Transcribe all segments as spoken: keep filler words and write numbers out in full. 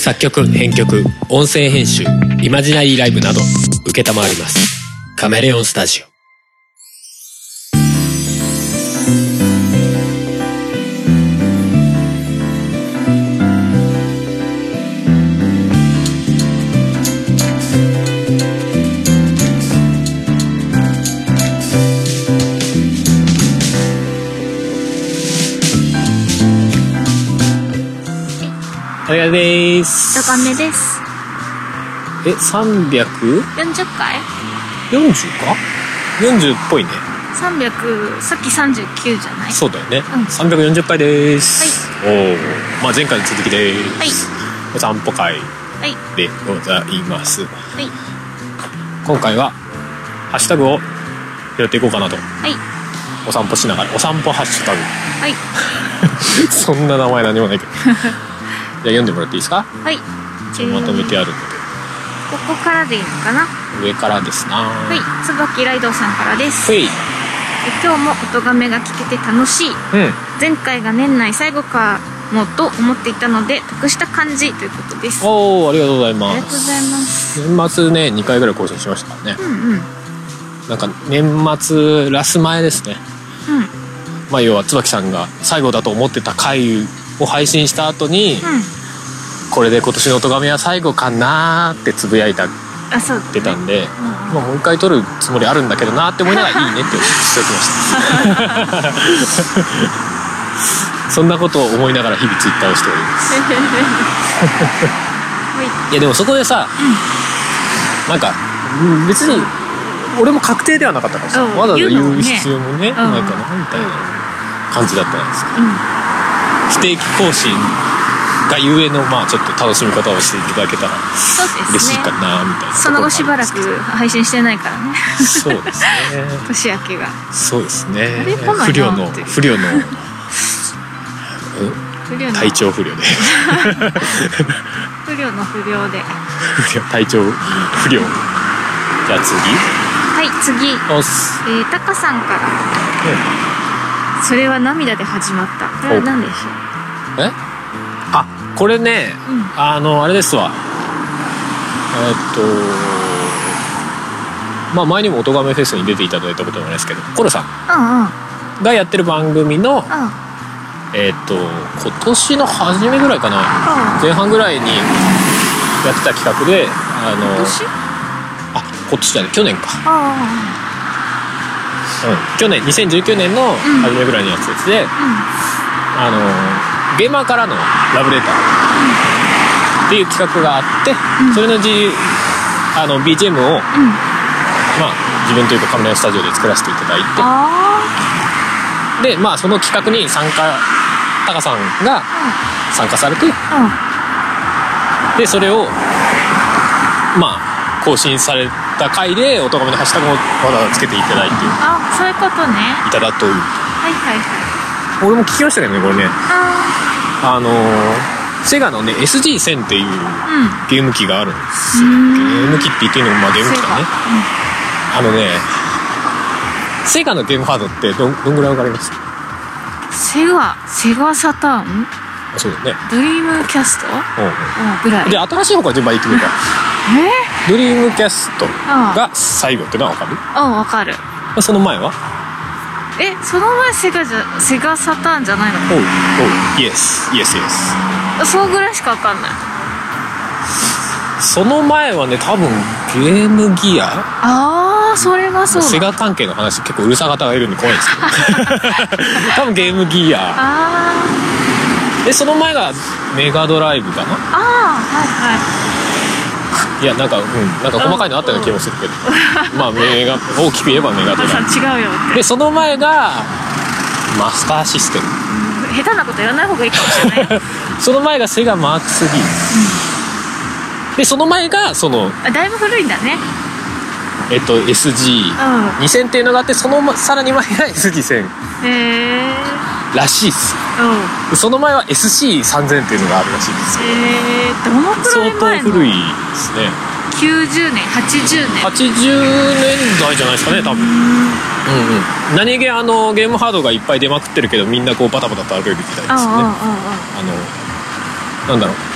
作曲編曲音声編集イマジナリーライブなど承ります。カメレオンスタジオ。ありがとうでーす。 ドカメです。 え、さんびゃくよんじゅっかいよんじゅう か ?よんじゅう っぽいね。 さんびゃく、さっきさんじゅうきゅうじゃない？ そうだよね、 うん、 さんびゃくよんじゅっかいでーす。はい、おお、まあ、前回の続きでーす。はい、お散歩会でございます。はい、今回はハッシュタグを拾っていこうかなと。はい、お散歩しながら、お散歩ハッシュタグ。はいそんな名前何もないけどじゃあ読んでもらっていいですか？はい、まとめてあるので、 ここからでいいのかな。 上からですな。 はい、椿ライドさんからです。 はい、 今日も音がめが聞けて楽しい、うん、前回が年内最後かもと思っていたので得した感じということです。 おー、ありがとうございます。 ありがとうございます。 年末ねにかいぐらい更新しましたからね。うんうん、なんか年末ラス前ですね。うん、まあ要は椿さんが最後だと思ってた回を配信した後に、うん、これで今年の音がめは最後かなーってつぶやいたってたんで、ね、うん、まあ、もう一回撮るつもりあるんだけどなーって思いながらいいねってしておきましたそんなことを思いながら日々ツイッターをしておりますいやでもそこでさ、うん、なんか別に俺も確定ではなかったからさ、うん、わざわざ言う必要もね、うん、ないかなみたいな感じだったんですけど、うん、不定期更新がゆえの、まあちょっと楽しみ方をしていただけたら嬉しいかなみたいな。 その後しばらく配信してないからねそうですね年明けが。 そうですね。不良の不良の体調不良で不良の不良で不良体調不良。じゃあ次。 はい、次、えー、タカさんから、うん、それは涙で始まった。これは何でしょう？ え？あ、これね、うん、あのあれですわ。えー、っとまあ前にも音がめフェスに出ていただいたこともないですけど、コロさんがやってる番組の、うん、えー、っと今年の初めぐらいかな、うん、前半ぐらいにやってた企画で、あの今年？あ、今年じゃない、去年か。あ、うん、去年にせんじゅうきゅうねんの初めぐらいのやつで、うん、あのゲーマーからのラブレターっていう企画があって、うん、それの G あの ビージーエム を、うん、まあ自分というかカメラスタジオで作らせていただいて、でまあその企画に参加、タカさんが参加されて、うん、でそれをまあ更新された回で音がめのハッシュタグをわざわざつけていただいて、 あ、そういうことね。 いただという。 はいはいはい。 俺も聞きましたけどね、これね。ああのー、セガのね エスジーせん っていうゲーム機があるんですよ。ゲーム機って言っていいのもまあゲーム機だね。うん、あのね、セガのゲームハードってどんどんぐらいわかります？ セガセガサターン？ そうだね。 ドリームキャスト？うんうん、ぐらい。 で新しい方から順番言ってみるか。え？ドリームキャストが最後ってのは分かる？ ああ、分かる。 その前は？ え、その前セガじゃセガサターンじゃないの？ おうおう、イエスイエスイエス。 そうぐらいしか分かんない。 その前はね、多分ゲームギア。 ああ、それがそう。 セガ関係の話結構うるさ方がいるんで怖いんですけど多分ゲームギア。ああ。でその前がメガドライブかな。ああ、はいはい。いやなんか、うん、なんか細かいのあったような気もするけどまあメガ大きく言えばメガドライブ違うよって。 でその前がマスターシステム。 下手なこと言わない方がいいかもしれないその前がセガマークスリー、うん、でその前がそのあ、だいぶ古いんだね。 えっと エスジーにせん っていうのがあって、そのさらに前が エスジーせん へえらしいっす。うん、その前は エスシーさんぜん っていうのがあるらしいんですけど、 えー、どのくらい前の？ 相当古いですね。 きゅうじゅうねんはちじゅうねんはちじゅうねんだいじゃないですかね多分。うんうん、何気あのゲームハードがいっぱい出まくってるけどみんなこうバタバタと歩いてきたいですよね。あああああのなんだろう、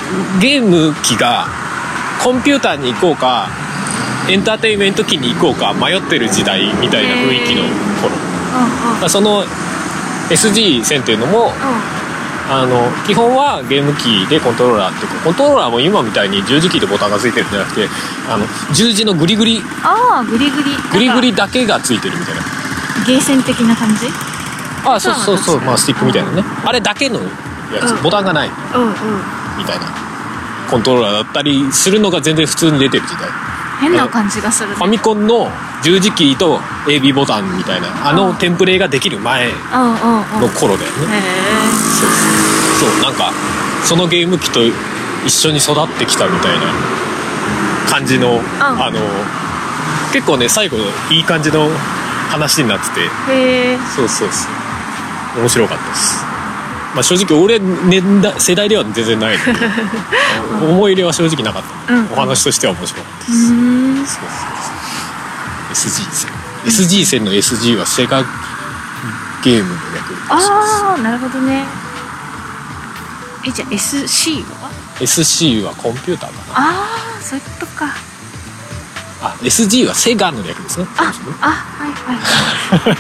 ゲーム機がコンピューターに行こうかエンターテインメント機に行こうか迷ってる時代みたいな雰囲気の頃、まあ、その エスジー 線っていうのも、あの基本はゲーム機でコントローラーっていうか、コントローラーも今みたいに十字キーでボタンがついてるんじゃなくて、あの十字のグリグリあーグリグリグリグリだけがついてるみたいな、 ゲーセン的な感じ。 ああそうそうそう、まあ、スティックみたいなね、あれだけのやつ、 うん、 ボタンがない、 うんうん、 みたいなコントローラーだったりするのが全然普通に出てる時代。 変な感じがするね。 ファミコンの十字キーと エービー ボタンみたいなあのテンプレができる前の頃だよね。 へそうそう、なんかそのゲーム機と一緒に育ってきたみたいな感じの、あの結構ね最後いい感じの話になってて、 へそうそうそう面白かったです。まあ、正直俺年代世代では全然ないので思い入れは正直なかった、うん、お話としては面白かったです。うん、そうそうそう エスジー 線 エスジー 線の エスジー はセガゲームの略らしいです。 ああなるほどね。えじゃあ エスシー はエスシー はコンピューターかな。 ああそういうことか。 あ エスジー はセガの略ですね。 ああはいはい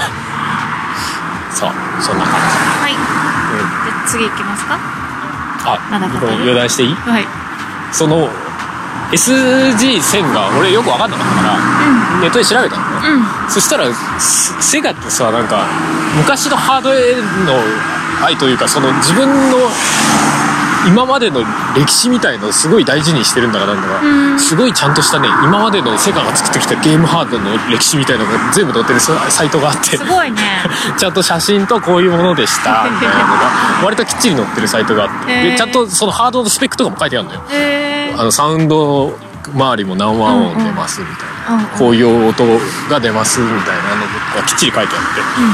そうそんな感じ。 はい、うん、じゃあ次行きますか。 あまだ余談していい？ はい。 その エスジー 線が俺よく分かんなかったから、うん、ネットで調べたのね、うん、そしたらセガってさなんか昔のハードウェアの愛というかその自分の今までの歴史みたいのをすごい大事にしてるんだかなんだか、うん、すごいちゃんとしたね今までのセガが作ってきたゲームハードの歴史みたいなのが全部載ってるサイトがあってすごいねちゃんと写真とこういうものでしたみたいなのが割ときっちり載ってるサイトがあって、でちゃんとそのハードのスペックとかも書いてあるんだよ。あのサウンド周りも何和音出ますみたいな、うんうん、こういう音が出ますみたいなのがきっちり書いてあ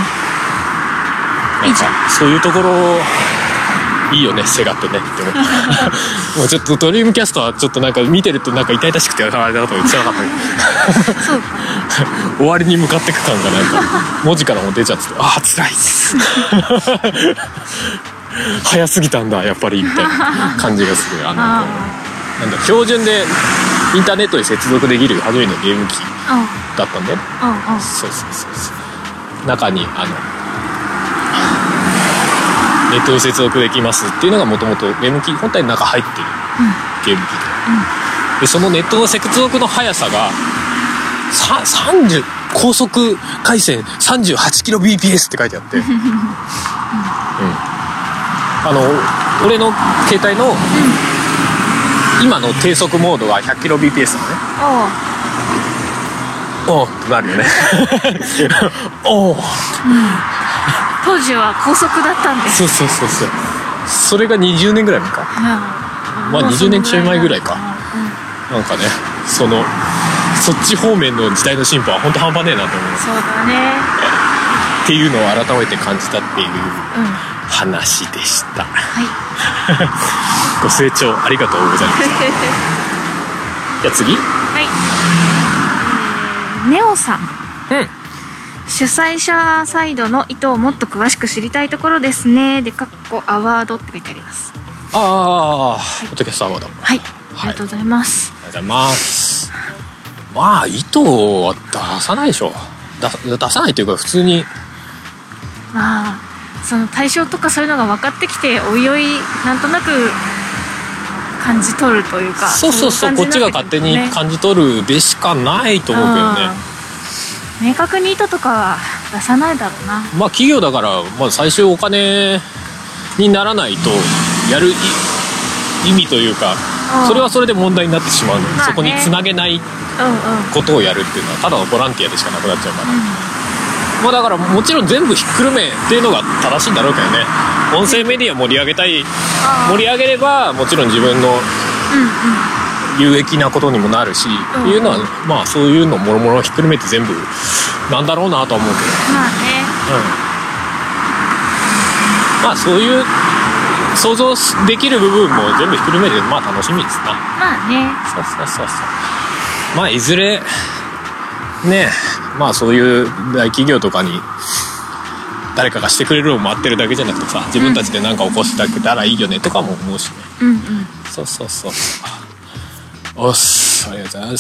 って、うん、なんかそういうところいいよねセガってねって思ってもうちょっとドリームキャストはちょっとなんか見てるとなんか痛々しくてあれだと言ってなかったけどそうか終わりに向かっていく感がなんか文字からも出ちゃっててああ辛いです早すぎたんだやっぱりみたいな感じがする。あのなんだ標準でインターネットに接続できる初めてのゲーム機だったんで、そうそうそうそう中にあのネットに接続できますっていうのがもともとゲーム機本体の中入ってるゲーム機で、うん、でそのネットの接続の速さがさんじゅう高速回線 さんじゅうはちキロビーピーエス って書いてあって、うん、あの俺の携帯の、うん今の低速モードは ひゃくキロビーピーエス なのね。おおってなるよねおお、うん、 当時は高速だったんです。 そうそうそうそうそれがにじゅうねんぐらい前か、うん、まあにじゅうねんちょい前ぐらいか、うん、なんかねそのそっち方面の時代の進歩は本当半端ねえなと思う。 そうだねっていうのを改めて感じたっていう話でした、うん、はいご清聴ありがとうございましたじゃあ次はい、えー、ネオさん、うん、主催者サイドの意図をもっと詳しく知りたいところですねでかっこアワードって書いてあります。 ああ、はい、ポッドキャストアワードはい、ありがとうございます。 ありがとうございます。まあ意図は出さないでしょ。出出さないというか普通にまあその対象とかそういうのが分かってきておいおいなんとなく感じ取るというかそうそうそう、こっちが勝手に感じ取るでしかないと思うけどね。 明確に意図とかは出さないだろうな。 まあ企業だから、まあ、最終お金にならないとやる意味というかそれはそれで問題になってしまうので、まあね、そこにつなげないことをやるっていうのはただのボランティアでしかなくなっちゃうから、うんまあ、だからもちろん全部ひっくるめっていうのが正しいんだろうけどね。音声メディア盛り上げたい盛り上げればもちろん自分の有益なことにもなるし、うんうん、いうのはまあそういうのもろもろひっくるめて全部なんだろうなとは思うけどまあね、 うん、まあそういう想像できる部分も全部ひっくるめてまあ楽しみですな。 まあねそうそうそうそうまあいずれねまあそういう大企業とかに誰かがしてくれるのを待ってるだけじゃなくてさ自分たちで何か起こしてあげたらいいよねとかも思うしね、うんうん、そそうそうそう。おっす、ありがとうございます。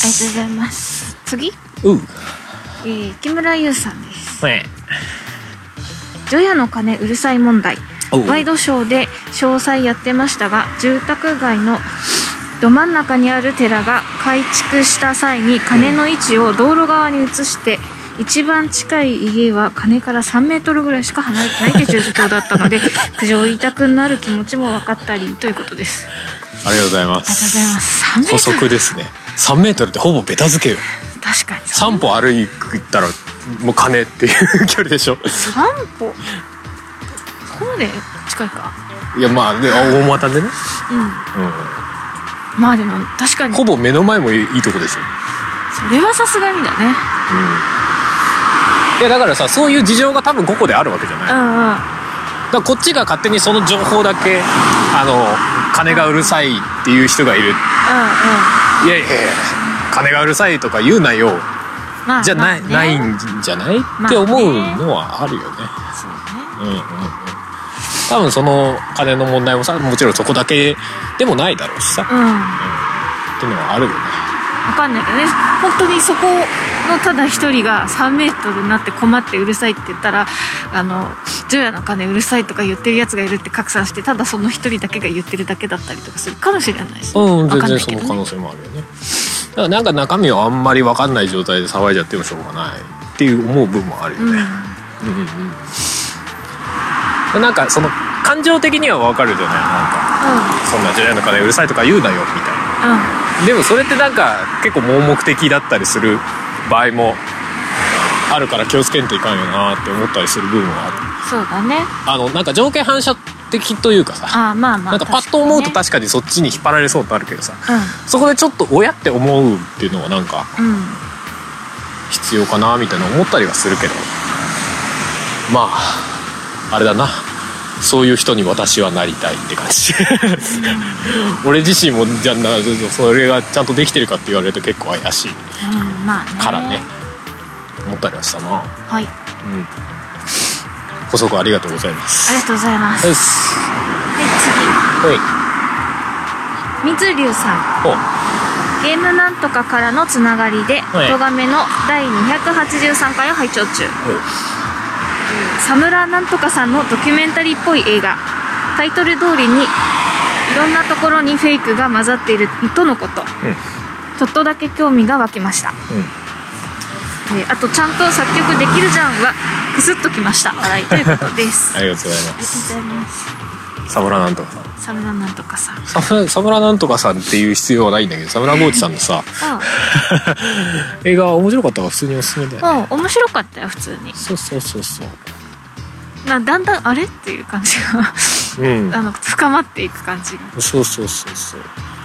ありがとうございます。次、 うえー、木村優さんです。 ね、 除夜の鐘うるさい問題。ワイドショーで詳細やってましたが、住宅街のど真ん中にある寺が改築した際に鐘の位置を道路側に移して、一番近い家は鐘からさんメートルぐらいしか離れてないという状況だったので、苦情を言いたくなる気持ちも分かったりということです。 ありがとうございます。 ありがとうございます。さんメートル、 補足ですね。さんメートルってほぼベタ付けよ。 確かにさん歩歩いたらもう鐘っていう距離でしょ。 さん歩、そこまで近いか。 いや、まあで大股でね、 うん、うん、まあでも確かにほぼ目の前もいい、いいとこでしょ。 それはさすがにだね。うん。 いやだからさ、そういう事情が多分ここであるわけじゃない。 うんうん。 だからこっちが勝手にその情報だけ、あの鐘がうるさいっていう人がいる。うんうん。いやいやいや、鐘がうるさいとか言うなよ。まあ、じゃない、まあね、ないんじゃない、まあ、って思うのはあるよね。そうね。うんうんうん。多分その鐘の問題もさ、もちろんそこだけでもないだろうしさ。うん。うん、っていうのはあるよね。 わかんないけどね。本当にそこのただ一人がさんメートルになって困ってうるさいって言ったら、あの除夜の鐘うるさいとか言ってるやつがいるって拡散して、ただその一人だけが言ってるだけだったりとかするかもしれないし、ね、 うん、全然その可能性もあるよね。だからなんか中身はあんまり分かんない状態で騒いじゃってもしょうがないっていう思う部分もあるよね。うんうんうん。なんかその感情的には分かるじゃない。なんか、うん、そんな除夜の鐘うるさいとか言うなよみたいな。うん、でもそれってなんか結構盲目的だったりする場合もあるから気をつけんといかんよなって思ったりする部分はある。 そうだね。 あのなんか条件反射的というかさ、 あ、まあまあ、 なんかパッと思うと確かにそっちに引っ張られそうになるけどさ、うん、そこでちょっと親って思うっていうのはなんか必要かなみたいな思ったりはするけど、まああれだな、そういう人に私はなりたいって感じ俺自身もじゃあそれがちゃんとできてるかって言われると結構怪しい、うん、まあね、からね思ったりはしたな。はい、うん、補足ありがとうございます。 ありがとうございます。で次、水流さん、ゲームなんとかからのつながりで音亀のだいにひゃくはちじゅうさんかいを拝聴中。サムラなんとかさんのドキュメンタリーっぽい映画、タイトル通りにいろんなところにフェイクが混ざっているとのこと、うん、ちょっとだけ興味が湧きました。うん、えー、あとちゃんと作曲できるじゃんはクスッときました。笑いということですありがとうございます。ありがとうございます。サムラなんとかさん、 サムラなんとかさん、 サムラ、サムラなんとかさんっていう必要はないんだけど、サムラゴーチさんのさ映画面白かったから普通におすすめだよね。 うん、面白かったよ普通に。 そうそうそうそう。 な、だんだんあれっていう感じが、うん、あの深まっていく感じが。 そうそうそうそう。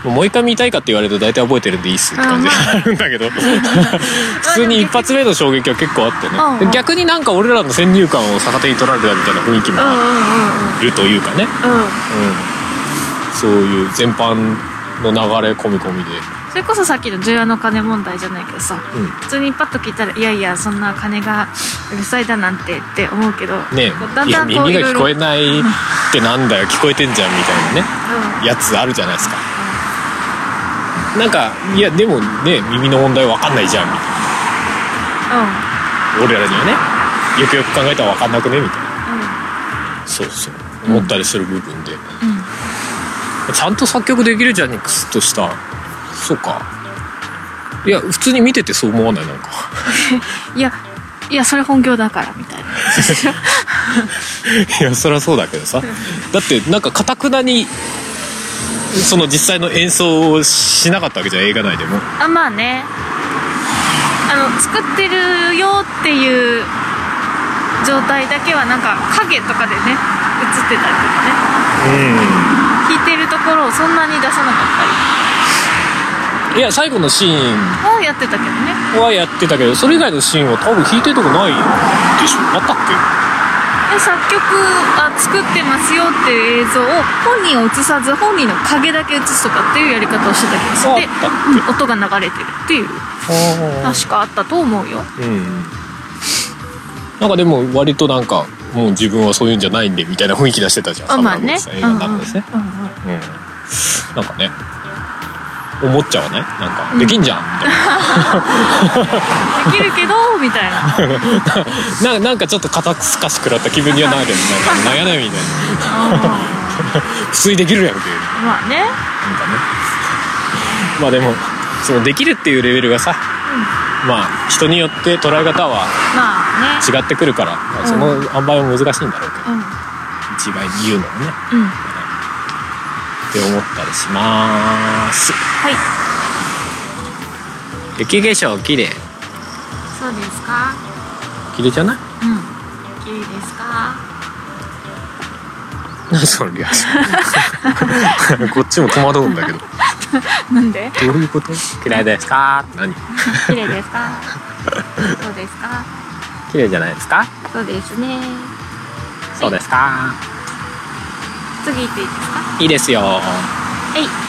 もう一回見たいかって言われると大体覚えてるんでいいっすって感じがあるんだけど普通に一発目の衝撃は結構あってね、うんうん、逆になんか俺らの先入観を逆手に取られたみたいな雰囲気もあるというかね、うんうんうん、そういう全般の流れ込み込みで、 それこそさっきの除夜の鐘問題じゃないけどさ、うん、普通にパッと聞いたらいやいやそんな鐘がうるさいだなんてって思うけど、ね、 だんだんこういや耳が聞こえないってなんだよ聞こえてんじゃんみたいなね、うん、やつあるじゃないですか。なんかいやでもね耳の問題分かんないじゃんみたいな、うん、俺らにはねよくよく考えたら分かんなくねみたいな、うん、そうそう思ったりする部分で、うん、ちゃんと作曲できるじゃんにクスッとした。そうか、いや普通に見ててそう思わないなんかいやいやそれ本業だからみたいないやそりゃそうだけどさ、だってなんか堅くなにその実際の演奏をしなかったわけじゃん映画内でも。 あ、まあね、あの作ってるよっていう状態だけはなんか影とかでね映ってたりとかね、うん、弾いてるところをそんなに出さなかったり、 いや最後のシーンはやってたけどねはやってたけど、それ以外のシーンは多分弾いてるとこないでしょ。あったっけ。 で作曲あ作ってますよっていう映像を本人を映さず本人の影だけ映すとかっていうやり方をしてた気がして、うん、音が流れてるっていう確かあったと思うよ、うん、なんかでも割となんかもう自分はそういうんじゃないんでみたいな雰囲気出してたじゃん。 あ、まあね、 映画の中ですね。 なんかね思っちゃわない？なんか、うん、できんじゃんみたいなできるけどみたいなな, なんかちょっと肩透かしくらった気分にはなるよね。なんか悩ないみたいな普通にできるやんけ。 まあね、なんかね、 まあでもそのできるっていうレベルがさ、うん、まあ人によって捉え方は違ってくるから、まあね、その塩梅も難しいんだろうけど、うん、一概に言うのもね、うん、って思ったりします。 はい。 雪化粧綺麗。 そうですか。 綺麗じゃない？うん。 綺麗ですか。 何そのリアクションこっちも戸惑うんだけどなんで？ どういうこと？綺麗ですか？何？ 綺麗ですか？そうですか？ 綺麗じゃないですか？ そうですね。 そうですか？はい、 次行っていいですか？ いいですよ。 はい、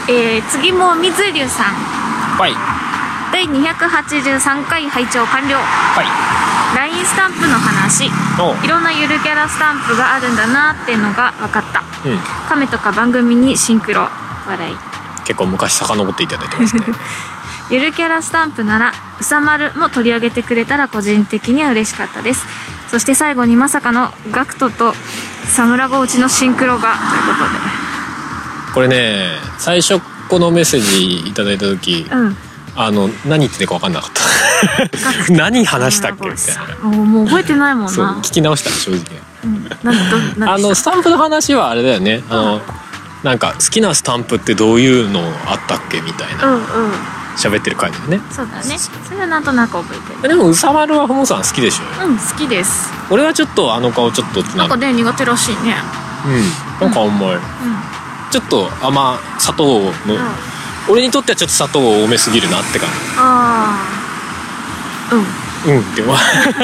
えー、次も水流さん。 はい。 だいにひゃくはちじゅうさんかい拝聴完了。 はい。 ライン スタンプの話、いろんなゆるキャラスタンプがあるんだなっていうのが分かった、うん、カメとか番組にシンクロ笑い。 結構昔遡っていただいてますねゆるキャラスタンプならうさまるも取り上げてくれたら個人的には嬉しかったです。そして最後にまさかのガクトとサムラゴウチのシンクロがということで、これね最初このメッセージいただいた時、うん、あの何言ってるか分かんなかった何話したっけみたいな。 もう覚えてないもんな。 そう聞き直した正直、 うん、なんどあのスタンプの話はあれだよね、あの、うん、なんか好きなスタンプってどういうのあったっけみたいな、うんうん、喋ってる回だよね。 そうだね、それはなんとなく覚えてる。 でもうさまるはふもさん好きでしょ？ うん好きです。 俺はちょっとあの顔ちょっとなんかね苦手らしいね。 うんなんか甘い、うん、ちょっと甘砂糖の、うん、俺にとってはちょっと砂糖多めすぎるなって感じ。 ああうんうんって思う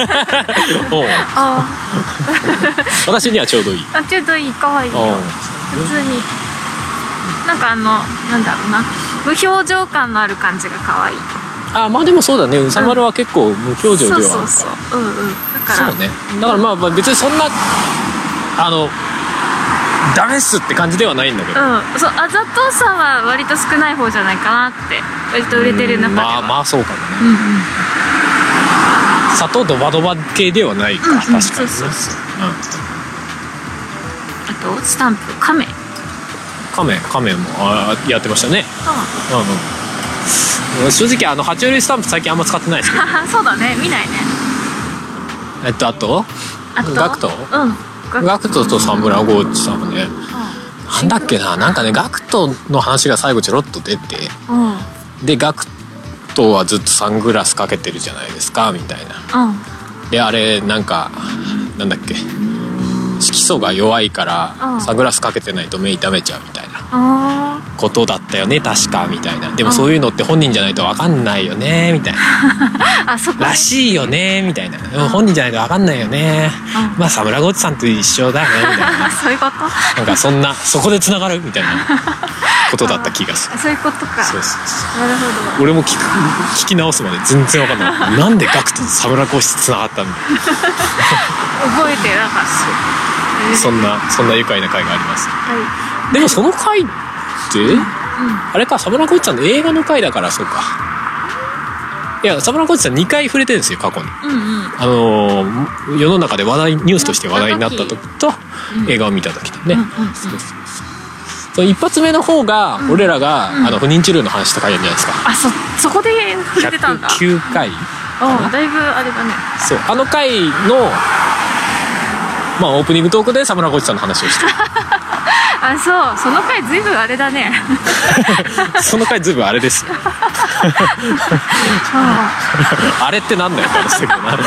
あ私にはちょうどいい。 あちょうどいい、かわいいよ普通に。なんかあのなんだろうな、無表情感のある感じがかわいい。 あまあでもそうだね、うさまるは結構無表情ではあるから、うん、 そうそうそう、うんうん、だからそうね、だからまあ別にそんなあのダメっすって感じではないんだけど、 うんそう、あざとさは割と少ない方じゃないかなって、割と売れてる中では。 まあまあそうかもね、うんうん、砂糖ドバドバ系ではないか、うんうん、確かにね。そうそうそう、うん、 あとスタンプカメカメカメもあやってましたね。うん、うんうん、正直あの爬虫類スタンプ最近あんま使ってないですけどそうだね、見ないね。 えっとあとあとガクト、 うんガクトとサムラゴーチさんもね、うん、なんだっけな、なんかねガクトの話が最後ちょろっと出て、うん、でガクトはずっとサングラスかけてるじゃないですかみたいな、うん、であれなんかなんだっけ色素が弱いから、うん、サングラスかけてないと目痛めちゃうみたいなことだったよね確かみたいな。でもそういうのって本人じゃないと分かんないよねみたいなあそこらしいよねみたいな、本人じゃないと分かんないよね、まあサムラゴッチさんと一緒だよねみたいなそういうこと、 なんかそんなそこでつながるみたいなことだった気がするそういうことか。 そうそうそう、 なるほど。 俺も聞く聞き直すまで全然分かんないなんでガクとサムラゴッチつながったんだ覚えてなかった。 そんなそんな愉快な回があります、はい、でもその回って、うん、あれかサムラゴッチさんの映画の回だからそうか。いやサムラゴッチさんにかい触れてるんですよ過去に、うんうん、あのー、世の中で話題ニュースとして話題になった時と、うん、映画を見た時とね、うんうんうん、そうそうそう、一発目の方が、うん、俺らが、うん、あの不妊治療の話した回やるんじゃないですか。 あ そ, そこで触れてたんだ。 ひゃくきゅうかいあだいぶあれだね。 そうあの回のまあオープニングトークでサムラゴッチさんの話をしてあそうその回ずいぶんあれだねその回ずいぶんあれですよあれってなんだよって話だけどな、うん、い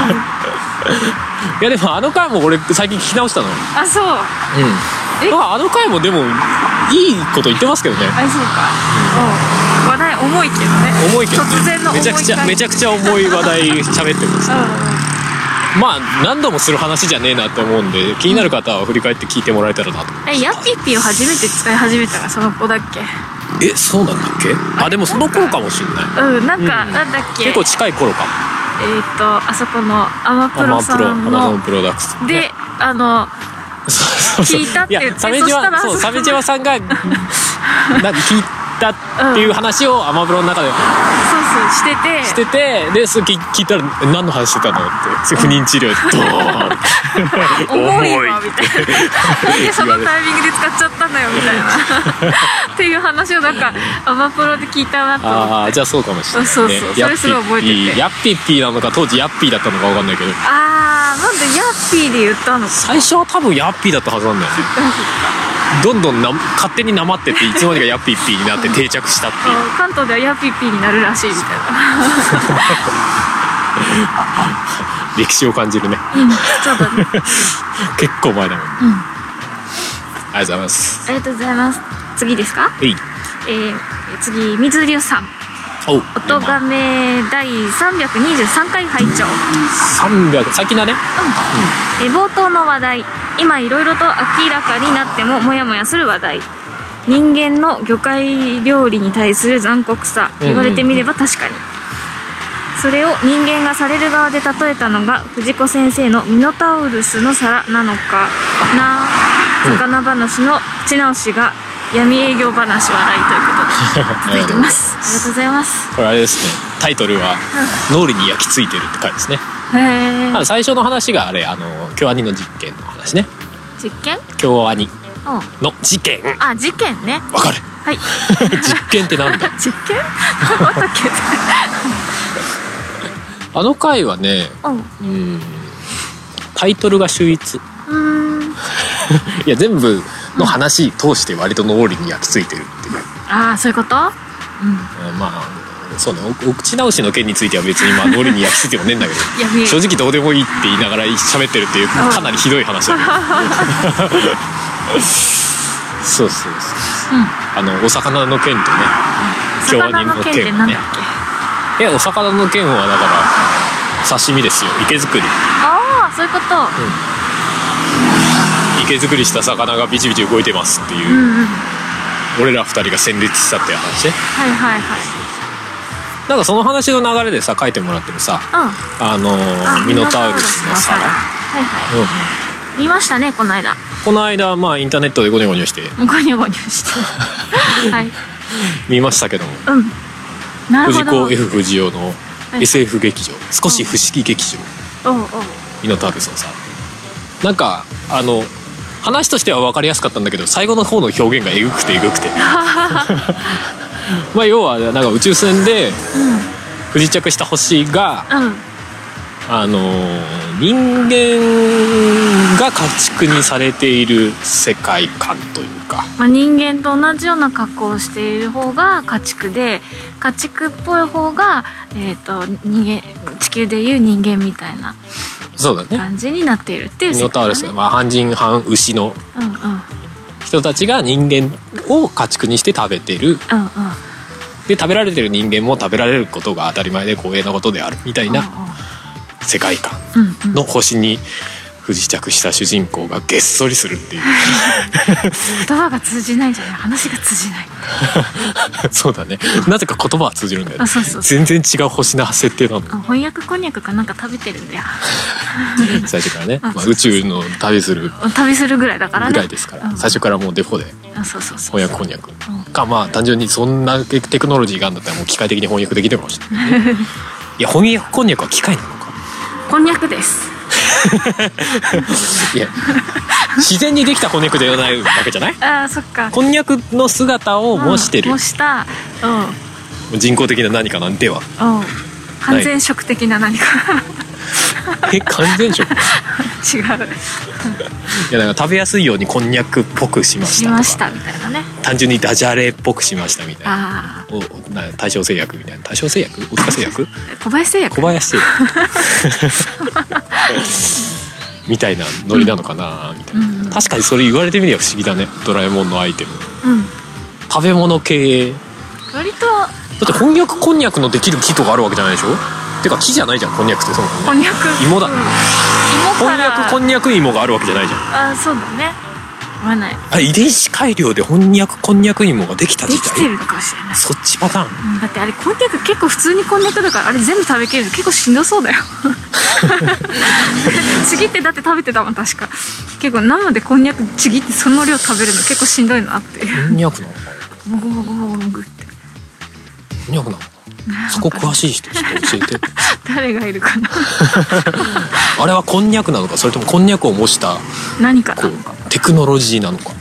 やでもあの回も俺最近聞き直したの。 あそう、うん、 えあの回もでもいいこと言ってますけどね。 あそうか、うん、話題重いけどね。 重いけど、ね、 突然の重いめちゃくちゃめちゃくちゃ重い話題喋ってます、うんまあ何度もする話じゃねえなって思うんで気になる方は振り返って聞いてもらえたらなと思います。 えヤッピッピを初めて使い始めたのその子だっけ。 えそうなんだっけ。あでもその頃かもしれない。 うんなんか、うん、なんだっけ結構近い頃かも。 えっ、ー、とあそこのアマプロさんのアマゾンプロダクツであのそうそうそう聞いたって言って鮫島そう鮫島さんがなんか聞いたっていう話をアマプロの中で、 そうそうしててしててでそれ聞聞いたら「何の話してたの?」って不妊治療ドーン重いわみたいななんでそのタイミングで使っちゃったんだよみたいなっていう話をなんかアマプロで聞いたなと思って。 ああじゃあそうかもしれない、ね、 そうそうそうそれすごい覚えてて、 ヤッピッピーなのか当時ヤッピーだったのか分かんないけど、 ああなんでヤッピーで言ったのか。 最初は多分ヤッピーだったはずなんだよねどんどんな勝手になまってっていつまでかヤッピッピーになって定着したっていう、 関東ではヤッピッピーになるらしいみたいな歴史を感じるね、 うん、そうだね結構前だもん、 うん、 ありがとうございます。 ありがとうございます。次ですか。 はい、 えー、次水流さん、 お音がめだいさんびゃくにじゅうさんかい拝聴。 さんびゃく最近だね。 うん、うん、え冒頭の話題、今いろいろと明らかになってもモヤモヤする話題、人間の魚介料理に対する残酷さ、言われてみれば確かに、それを人間がされる側で例えたのが藤子先生のミノタウルスの皿なのかな。魚話の口直しが闇営業話笑いということで続いてます。ありがとうございます。 これあれですね、タイトルは「脳裏に焼き付いてる」って回ですね。 へえ。 最初の話があれ、あの京アニの実験の話ね。 実験？ 京アニの事件。 あ、事件ね。 わかる。 はい実験ってなんだ実験何だっけあの回はね、うん、タイトルが秀逸。うーんいや全部の話通して割と脳裏に焼き付いてるっていう、 ああそういうこと、うん、 まあそうね、お口直しの件については別にまあ脳裏に焼き付いてもねえんだけど正直どうでもいいって言いながら喋ってるっていうかなりひどい話だけどそうそうそう、うん、あのお魚の件とね、 京アニの件ってなんだっけ。 いやお魚の件はだから刺身ですよ、池作り。 ああそういうこと、うん、 池作りした魚がビチビチ動いてますっていう、うんうん、俺ら二人が戦慄したっていう話ね。 はいはいはい。 なんかその話の流れでさ書いてもらってるさ、うん、あのー、ミノタウルスの皿、はいはい、 うん、見ましたねこの間。 この間まあインターネットでゴニョゴニョしてゴニョゴニョしてはい見ましたけども、 うん、なるほど。 藤子 F 不二雄の エスエフ 劇場、少し不思議劇場、うん、ミノタウルスのさ、なんかあの話としては分かりやすかったんだけど最後の方の表現がえぐくてえぐくてまあ要はなんか宇宙船で不時着した星が、うん、あの人間が家畜にされている世界観というか、 まあ、人間と同じような格好をしている方が家畜で、家畜っぽい方が、えーと、人間、地球でいう人間みたいな感じになっているっていう世界、ね、ミノタウルス、まあ、 半人半牛の人たちが人間を家畜にして食べてる、うんうん、で食べられてる人間も食べられることが当たり前で光栄なことであるみたいな世界観の星に不時着した主人公がげっそりするっていう言葉が通じないんじゃない、話が通じないそうだね、なぜか言葉は通じるんだよ、ね、 あそうそうそう、 全然違う星の設定なの。 翻訳こんにゃくかなんか食べてるんだよ最初からね、まあ、宇宙の旅する旅するぐらいだからね、 ぐらいですから、うん、最初からもうデフォで翻訳こんにゃく、うん、かまあ単純にそんなテクノロジーがあるんだったらもう機械的に翻訳できてるかもしれない、ね、いや翻訳こんにゃくは機械なのか。 こんにゃくですいや自然にできたこんにゃくではないわけじゃない。 あーそっか、 こんにゃくの姿を模してる、 うん、模した、 うん、人工的な何かなんでは、 うん、完全食的な何かえ完全食違ういやなんか食べやすいようにこんにゃくっぽくしましたとか、しましたみたいなね、単純にダジャレっぽくしましたみたいな、おな大正製薬みたいな、大正製薬大塚製薬小林製薬小林製薬みたいなノリなのかなみたいな、うんうん、確かにそれ言われてみれば不思議だね、ドラえもんのアイテム、うん、食べ物系割とだってこんにゃくこんにゃくのできる木とかあるわけじゃないでしょ。てか木じゃないじゃんこんにゃくって、そもそもね、 こんにゃく芋だ、うん、 芋こんにゃくこんにゃく芋があるわけじゃないじゃん。 あそうだね、合わない。 あ遺伝子改良でこんにゃくこんにゃく芋ができた時代できてるのかもしれない、 そっちパターン、 うん、だってあれこんにゃく結構普通にこんにゃくだからあれ全部食べきるの結構しんどそうだよちぎってだって食べてたもん確か。結構生でこんにゃくちぎってその量食べるの結構しんどいなっていう。 こんにゃくなのかもぐもぐもぐもぐって。 こんにゃくなの？そこ詳しい人ちょっと教えて。 誰がいるかな。 あれはこんにゃくなのか、それともこんにゃくを模した何かなのか、 テクノロジーなのか。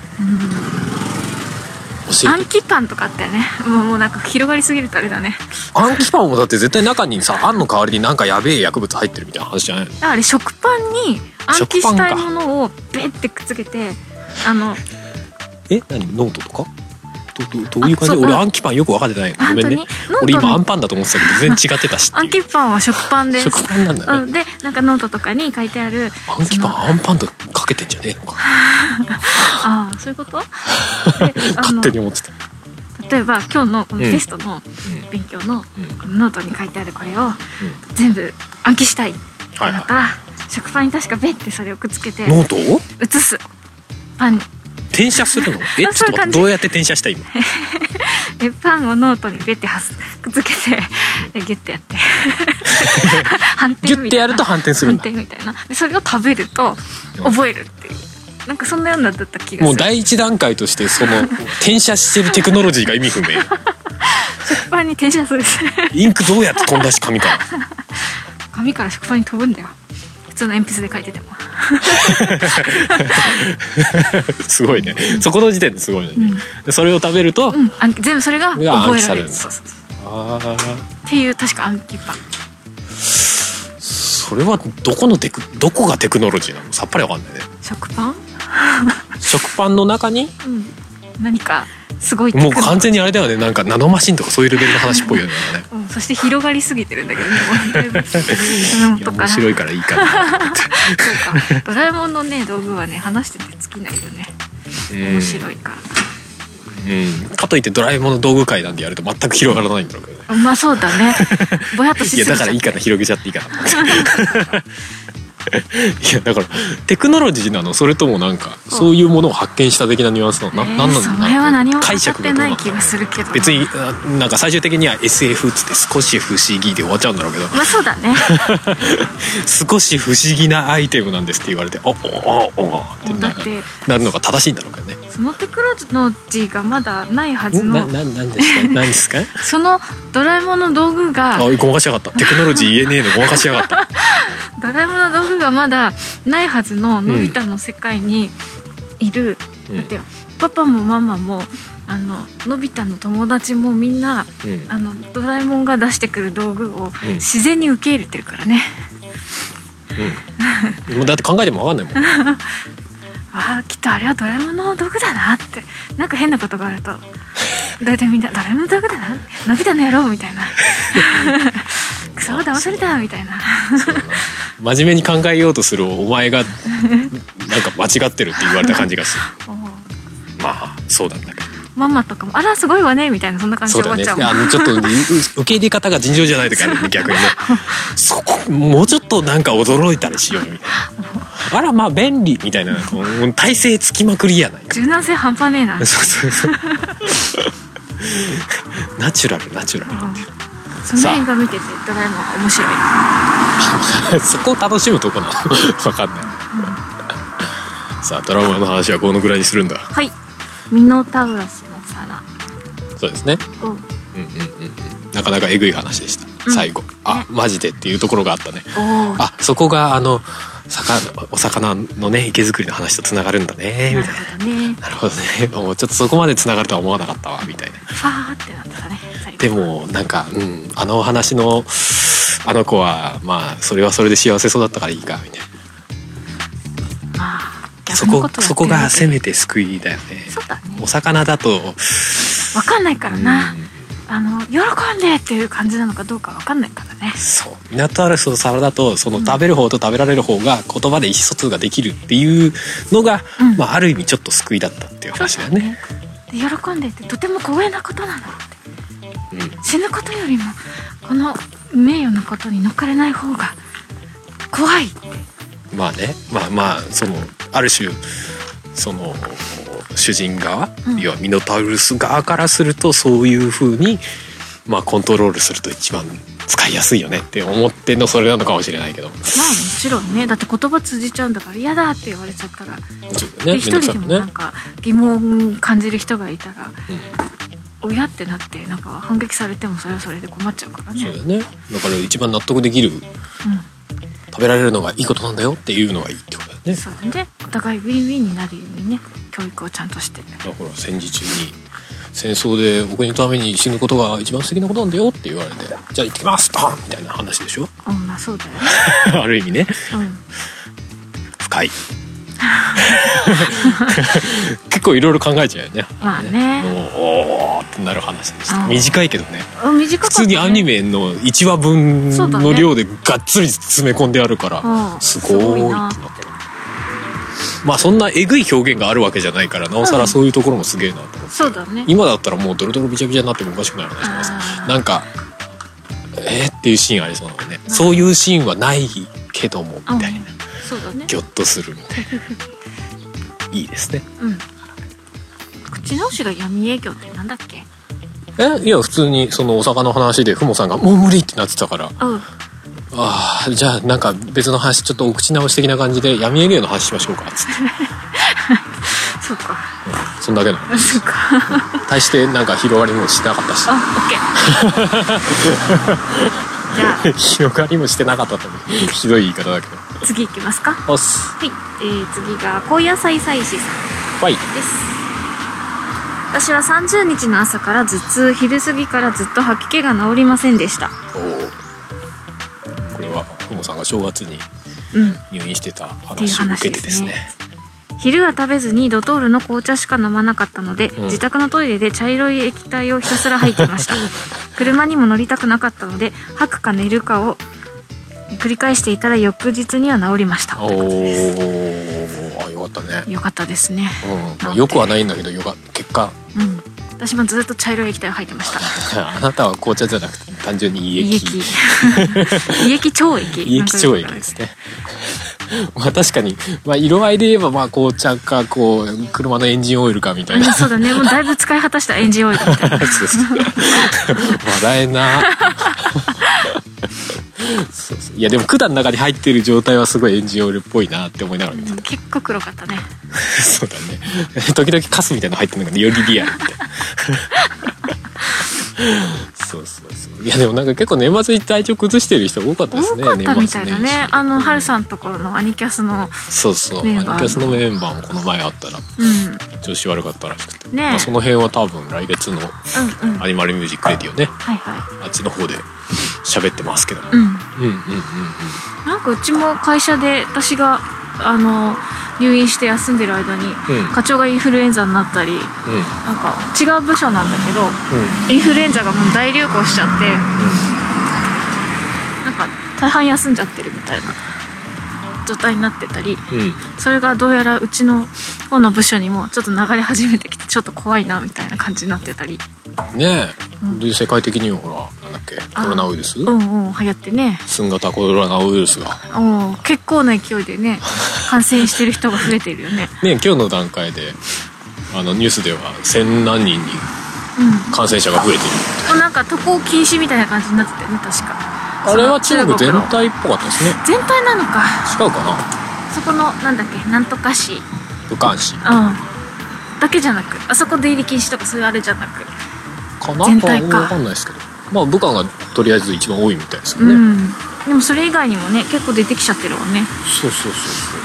うん、アンキパンとかあったよね。もう、もうなんか広がりすぎるとあれだね。 アンキパンもだって絶対中にさ、あんの代わりになんかやべえ薬物入ってるみたいな話じゃないの？ あれ食パンに暗記したいものをベッてくっつけて、あのえ何ノートとかど, ど, どういう感じ？俺アンキパンよく分かってない。ごめんね。俺今アンパンだと思ってたけど全然違ってたし。 アンキパンは食パンです。 食パンなんだね。 うん、でなんかノートとかに書いてある。 アンキパンアンパンとかけてんじゃねえのか。 ああそういうこと？ 勝手に思ってた。 例えば今日のこのテストの勉強のこのノートに書いてあるこれを全部暗記したいってなったら、食パンに確かベッてそれをくっつけてノートを写すパンに。 転写するの？え、ちょっと待って、どうやって転写した今？ え、パンをノートにベッてはすくっつけてギュッてやって反転みたいな。ギュッてやると反転するんだ。反転みたいな。でそれを食べると覚えるっていう。なんかそんなようなだった気がする。 もう第一段階としてその転写してるテクノロジーが意味不明。 食パンに転写する。 インクどうやって飛んだし紙から。 紙から食パンに飛ぶんだよ。普通の鉛筆で書いてても。 すごいね。そこの時点ですごいね。うん、それを食べると、 うん、全部それが覚えられる。そうそうそう。 あっていう確か暗記パン。 それはどこのテクどこがテクノロジーなの？さっぱりわかんないね。 食パン？ 食パンの中に、 うん、何かすごいもう完全にあれだよね。なんかナノマシンとかそういうレベルの話っぽいよね。 うん、そして広がりすぎてるんだけどね。 いや面白いからいいかなと思って。 そうか。ドラえもんのね道具はね話してて尽きないよね。面白いから。 うん、かといってドラえもんの道具界なんでやると全く広がらないんだろうけどね。 まあそうだね。ぼやっとしすぎちゃった。 いやだからいいかな、広げちゃっていいかな。いやだからテクノロジーなの？それともなんかそういうものを発見した的なニュアンスなの？な、えー、なんなんだろう。 それは何も分かってない気がするけど。 別になんか最終的には エスエフ っつって少し不思議で終わっちゃうんだろうけど。 まあそうだね。 少し不思議なアイテムなんですって言われて、おおおおってなる、なるのが正しいんだろうけどね。 そのテクノロジーがまだないはずの。 な、な、なんですか？何ですか？ そのドラえもんの道具が。 あ、ごまかしやがった。テクノロジー言えねえのごまかしやがった。 ドラえもんの道具がまだないはずののび太の世界にいる、うん、だってパパもママもあののび太の友達もみんな、うん、あのドラえもんが出してくる道具を自然に受け入れてるからね。 うん、もうだって考えても分かんないもん。 ああきっとあれはドラえもんの道具だなって。なんか変なことがあると大体みんなドラえもんの道具だな、のび太の野郎みたいな。クソ騙されたみたいな。 真面目に考えようとするお前がなんか間違ってるって言われた感じがする。まあそうなんだけど、 ママとかもあらすごいわねみたいな、そんな感じで終わっちゃうもん。 そうだね。あのちょっと受け入れ方が尋常じゃない時あるんで、逆にね。そこもうちょっとなんか驚いたりしようみたいな。あらまあ便利みたいな、体勢つきまくりやないか。 柔軟性半端ねえな。 そうそうそう。ナチュラルナチュラル。 その辺が見ててドラえもん面白い。そこを楽しむとこなの。分かんない。うん、さあドラえもんの話はこのぐらいにするんだ。 はい。ミノタウロスの皿。 そうですね。うんうんうんうん。なかなかえぐい話でした。うん、最後、あ、マジでっていうところがあったね。あ、そこがあの魚お魚のね池作りの話とつながるんだねみたいな。ね、なるほどね。もうちょっとそこまでつながるとは思わなかったわみたいな。 ファーってなったね。 でもなんか、うん、あの話のあの子はまあそれはそれで幸せそうだったからいいかみたいな。 まあそこそこがせめて救いだよね。 そうだね。 お魚だと分かんないからな。うん、あの喜んでっていう感じなのかどうか分かんないからね。 そう。ミノタウロスの皿だとその食べる方と食べられる方が言葉で意思疎通ができるっていうのが、うん、まあある意味ちょっと救いだったっていう話だよね。 で喜んでってとても光栄なことなのって、うん、死ぬことよりもこの名誉なことに乗っかれない方が怖いって。 まあね、まあまあそのある種その主人側、うん、要はミノタウロス側からするとそういう風にまあコントロールすると一番使いやすいよねって思ってのそれなのかもしれないけど、まあもちろんね、だって言葉通じちゃうんだから嫌だって言われちゃったら、ね、で一人でもなんか疑問感じる人がいたら、 親ってなってなんか反撃されてもそれはそれで困っちゃうからね。 そうだよね。だから一番納得できる、うん、食べられるのがいいことなんだよっていうのがいいってことだよね。 そうだね。お互いウィンウィンになるようにね、教育をちゃんとして。 だから戦時中に戦争でお国のために死ぬことが一番素敵なことなんだよって言われて、じゃあ行ってきますバンみたいな話でしょ。 うん、まあそうだよね。 ある意味ね、うん、深い結構いろいろ考えちゃうよね。 まあね、 もうおーってなる話でした。短いけどね、 短かったね。 普通にアニメのいちわぶんの量でがっつり詰め込んであるから、ね、すごいってなった。まあそんなえぐい表現があるわけじゃないからなおさらそういうところもすげえなと思って、うん、そうだね。今だったらもうドロドロビチャビチャになってもおかしくない話します。なんかえーっていうシーンありそうなのね。そういうシーンはないけどもみたいな、うん、そうだね、ギョッとするみたいないいですね。うん。 口直しが闇営業ってなんだっけ？ えいや普通にそのお魚の話でふもさんがもう無理ってなってたから、うん、ああじゃあなんか別の話ちょっとお口直し的な感じで闇営業の話しましょうかっつってそうか、 うん、そんだけのそうか大してなんか広がりもしてなかったし、 あ、オッケーじゃあ広がりもしてなかったとひどい言い方だけど次いきますか。 おっす。 はい、えー、次が高野菜菜師さんです。私はさんじゅうにちの朝から頭痛、昼過ぎからずっと吐き気が治りませんでした。 おこれはふもさんが正月に入院してた話を受けてですね、 うん、昼は食べずにドトールの紅茶しか飲まなかったので、うん、自宅のトイレで茶色い液体をひたすら吐いてました車にも乗りたくなかったので吐くか寝るかを繰り返していたら翌日には治りました。おー、あ、よかったね。 よかったですね、 うん、まあ、よくはないんだけどよか結果、 うん、私もずっと茶色い液体を吐いてましたあなたは紅茶じゃなくて単純に胃液胃液腸液胃液腸液ですねまあ確かに、まあ、色合いで言えばまあ紅茶かこう車のエンジンオイルかみたいなそうだね、もうだいぶ使い果たしたエンジンオイルみたいな笑えなそうそう、いやでも管の中に入ってる状態はすごいエンジンオイルっぽいなって思いながら見てた、 うん、結構黒かったねそうだね時々カスみたいなの入ってるのがよりリアルみたいなそうそうそう、いやでもなんか結構年末に体調崩してる人多かったですね。 多かったみたいだね。あの、うん、ハルさんところのアニキャスのそうそうアニキャスのメンバーもこの前あったら、うん、調子悪かったらしくて、ね、まあ、その辺は多分来月のアニマルミュージックレディオね、はいはい、あっちの方で喋ってますけども、うん、うんうんうんうん、 なんかうちも会社で私があの入院して休んでる間に、うん、課長がインフルエンザになったり、うん、なんか違う部署なんだけど、うん、インフルエンザがもう大流行しちゃって、うん、なんか大半休んじゃってるみたいな状態になってたり、うん、それがどうやらうちの方の部署にもちょっと流れ始めてきてちょっと怖いなみたいな感じになってたりねえ、うん、で世界的にはほらなんだっけコロナウイルス、 うんうん、流行ってね、 新型コロナウイルスがお結構な勢いでね感染してる人が増えてるよねね、今日の段階であのニュースでは千何人に感染者が増えてる、 うん、なんか渡航禁止みたいな感じになってたよね確か。 あれは中国全体っぽかったですね。 全体なのか違うかな。 そこのなんだっけなんとか市武漢市、うん、 だけじゃなくあそこ出入り禁止とかそういうあれじゃなくかな全体か分かんないですけど、まあ武漢がとりあえず一番多いみたいですよね、うん、 でもそれ以外にもね結構出てきちゃってるもんね。 そうそうそうそう、